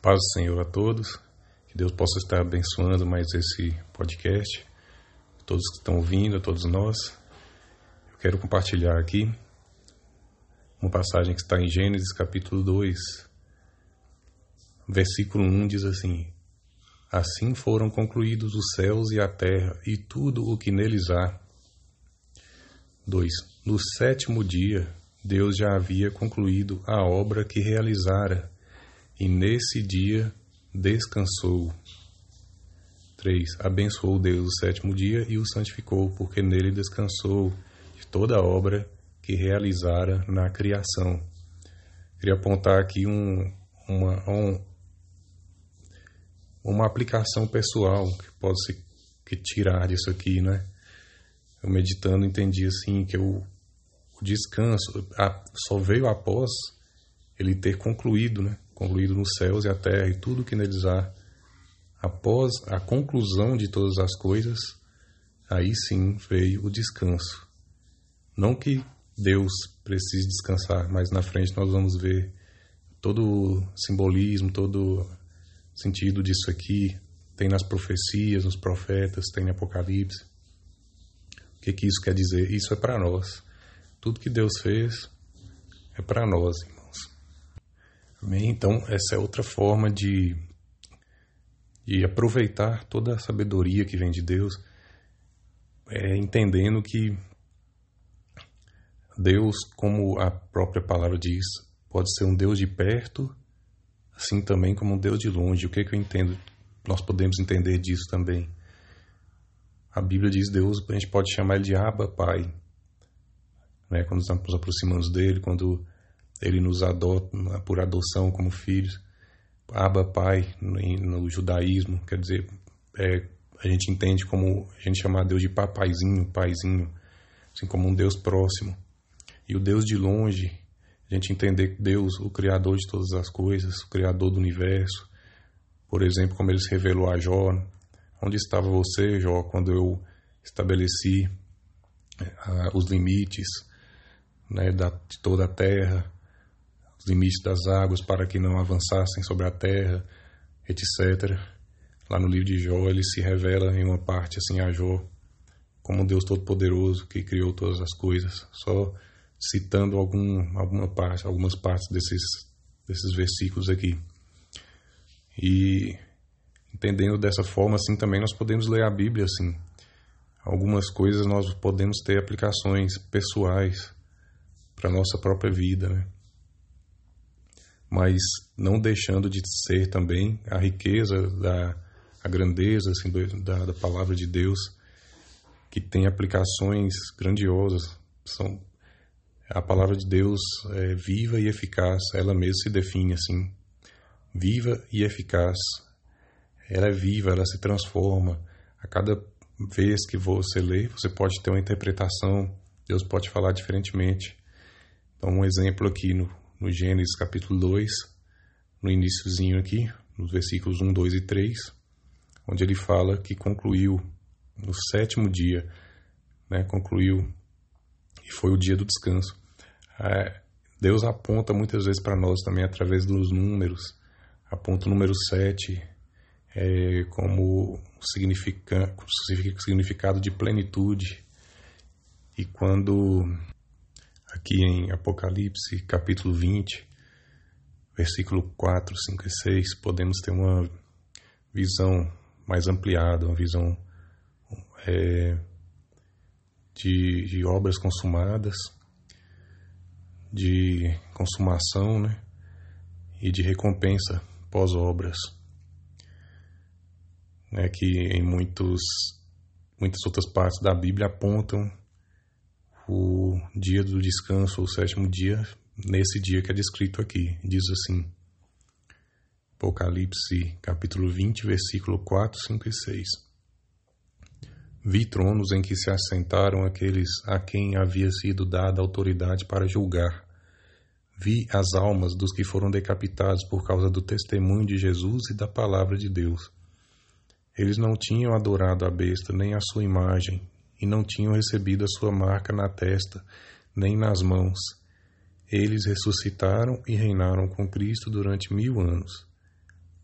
Paz do Senhor a todos, que Deus possa estar abençoando mais esse podcast, todos que estão ouvindo, a todos nós. Eu quero compartilhar aqui uma passagem que está em Gênesis capítulo 2, versículo 1 diz assim: Assim foram concluídos os céus e a terra e tudo o que neles há. 2. No sétimo dia, Deus já havia concluído a obra que realizara, e nesse dia descansou. 3. Abençoou Deus o sétimo dia e o santificou, porque nele descansou de toda a obra que realizara na criação. Queria apontar aqui uma aplicação pessoal que pode se tirar disso aqui, né? Eu meditando entendi assim que o descanso só veio após ele ter concluído, né? Concluído nos céus e a terra e tudo que neles há. Após a conclusão de todas as coisas, aí sim veio o descanso. Não que Deus precise descansar, mas na frente nós vamos ver todo o simbolismo, todo o sentido disso aqui. Tem nas profecias, nos profetas, tem no Apocalipse. O que isso quer dizer? Isso é para nós. Tudo que Deus fez é para nós, irmãos. Amém? Então, essa é outra forma de aproveitar toda a sabedoria que vem de Deus, entendendo que Deus, como a própria palavra diz, pode ser um Deus de perto, assim também como um Deus de longe. O que eu entendo? Nós podemos entender disso também. A Bíblia diz Deus, a gente pode chamar ele de Abba, Pai. Né? Quando nós nos aproximamos dele, quando ele nos adota por adoção como filhos. Abba, Pai, no judaísmo, quer dizer, a gente entende como a gente chama Deus de papaizinho, paizinho, assim como um Deus próximo. E o Deus de longe, a gente entender Deus, o Criador de todas as coisas, o Criador do universo. Por exemplo, como ele se revelou a Jó: onde estava você, Jó, quando eu estabeleci os limites, né, de toda a terra, os limites das águas para que não avançassem sobre a terra, etc. Lá no livro de Jó, ele se revela em uma parte assim a Jó como um Deus todo-poderoso que criou todas as coisas, só citando algumas partes desses versículos aqui. E entendendo dessa forma, assim, também nós podemos ler a Bíblia assim. Algumas coisas nós podemos ter aplicações pessoais para a nossa própria vida, né? Mas não deixando de ser também a riqueza, a grandeza assim, da palavra de Deus, que tem aplicações grandiosas. A palavra de Deus é viva e eficaz, ela mesma se define assim, viva e eficaz. Ela é viva, ela se transforma. A cada vez que você lê, você pode ter uma interpretação, Deus pode falar diferentemente. Então, um exemplo aqui no Gênesis capítulo 2, no iniciozinho aqui, nos versículos 1, 2 e 3, onde ele fala que concluiu no sétimo dia, né, concluiu, e foi o dia do descanso. Deus aponta muitas vezes para nós também através dos números, aponta o número 7 como significado de plenitude. E quando aqui em Apocalipse capítulo 20, versículo 4, 5 e 6, podemos ter uma visão mais ampliada, uma visão de obras consumadas, de consumação, né? E de recompensa pós-obras, né? Que em muitas outras partes da Bíblia apontam o dia do descanso, o sétimo dia, nesse dia que é descrito aqui. Diz assim, Apocalipse capítulo 20, versículo 4, 5 e 6. Vi tronos em que se assentaram aqueles a quem havia sido dada autoridade para julgar. Vi as almas dos que foram decapitados por causa do testemunho de Jesus e da palavra de Deus. Eles não tinham adorado a besta nem a sua imagem, e não tinham recebido a sua marca na testa, nem nas mãos. Eles ressuscitaram e reinaram com Cristo durante 1000 anos.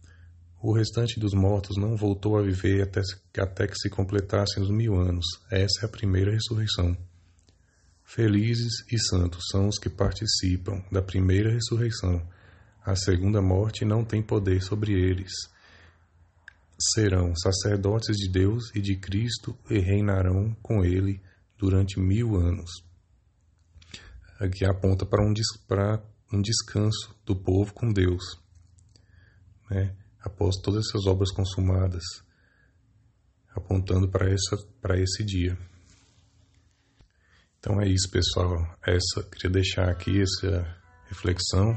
O restante dos mortos não voltou a viver até que se completassem os 1000 anos. Essa é a primeira ressurreição. Felizes e santos são os que participam da primeira ressurreição. A segunda morte não tem poder sobre eles. Serão sacerdotes de Deus e de Cristo e reinarão com ele durante 1000 anos. Aqui aponta para um descanso do povo com Deus, né? Após todas essas obras consumadas, apontando para esse dia. Então é isso, pessoal. Queria deixar aqui essa reflexão,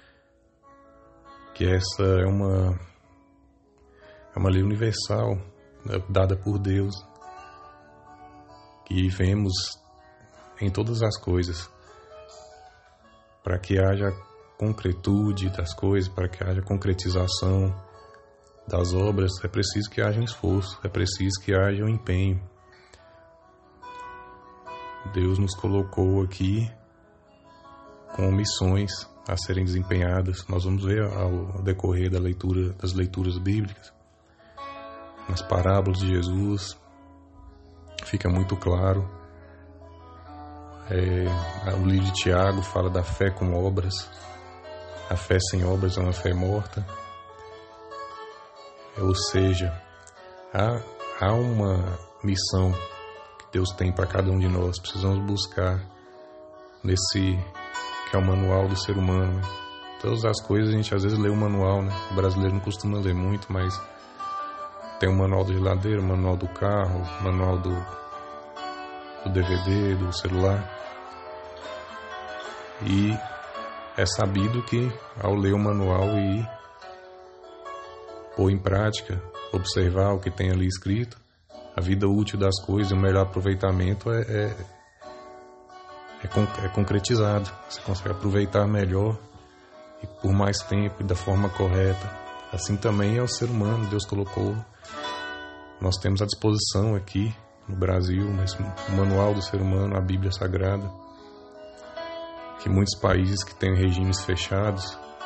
que essa é uma lei universal, né, dada por Deus, que vemos em todas as coisas. Para que haja concretude das coisas, para que haja concretização das obras, é preciso que haja um esforço, é preciso que haja um empenho. Deus nos colocou aqui com missões a serem desempenhadas. Nós vamos ver ao decorrer das leituras bíblicas, nas parábolas de Jesus, fica muito claro. O livro de Tiago fala da fé com obras. A fé sem obras é uma fé morta. Ou seja, há uma missão que Deus tem para cada um de nós. Precisamos buscar nesse que é o manual do ser humano. Todas as coisas a gente às vezes lê o manual, né? O brasileiro não costuma ler muito, mas tem o manual da geladeira, o manual do carro, o manual do DVD, do celular. E é sabido que ao ler o manual e pôr em prática, observar o que tem ali escrito, a vida útil das coisas, o melhor aproveitamento é concretizado. Você consegue aproveitar melhor e por mais tempo e da forma correta. Assim também é o ser humano. Deus colocou, nós temos à disposição aqui no Brasil, o manual do ser humano, a Bíblia Sagrada, que muitos países que têm regimes fechados,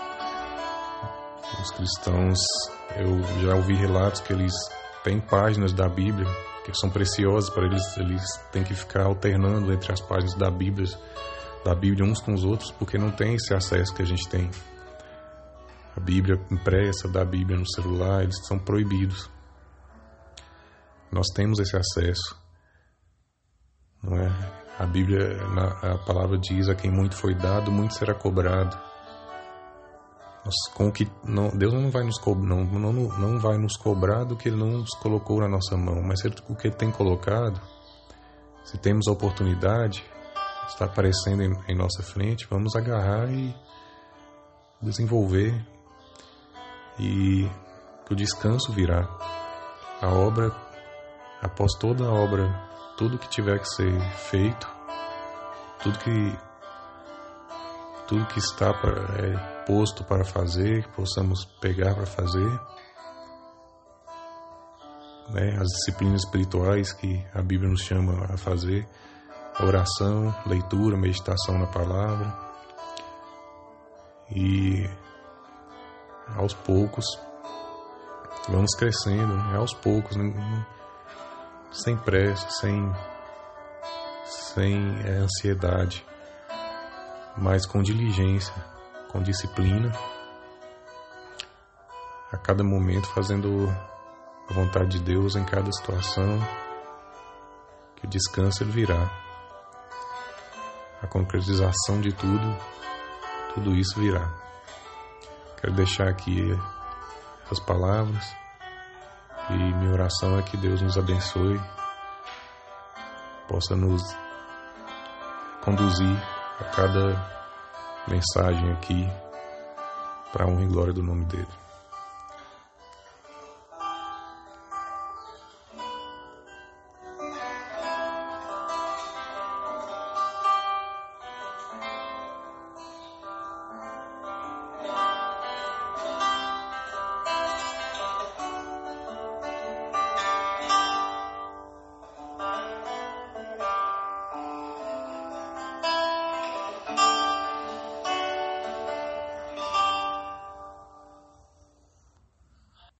os cristãos, eu já ouvi relatos que eles têm páginas da Bíblia que são preciosas para eles, eles têm que ficar alternando entre as páginas da Bíblia uns com os outros, porque não tem esse acesso que a gente tem. A Bíblia impressa da Bíblia no celular, eles são proibidos. Nós temos esse acesso, não é? A Bíblia, a palavra diz: a quem muito foi dado, muito será cobrado. Deus não vai nos cobrar do que Ele não nos colocou na nossa mão, mas o que Ele tem colocado, se temos a oportunidade, está aparecendo em nossa frente, vamos agarrar e desenvolver, e que o descanso virá. A obra, após toda a obra, tudo que tiver que ser feito, tudo que está posto para fazer, que possamos pegar para fazer, né? As disciplinas espirituais que a Bíblia nos chama a fazer, a oração, leitura, meditação na palavra, e aos poucos vamos crescendo, né? Aos poucos, sem pressa, sem ansiedade, mas com diligência, com disciplina, a cada momento fazendo a vontade de Deus em cada situação, que o descanso ele virá. A concretização de tudo isso virá. Quero deixar aqui essas palavras, e minha oração é que Deus nos abençoe, possa nos conduzir a cada mensagem aqui para a honra e glória do nome dele.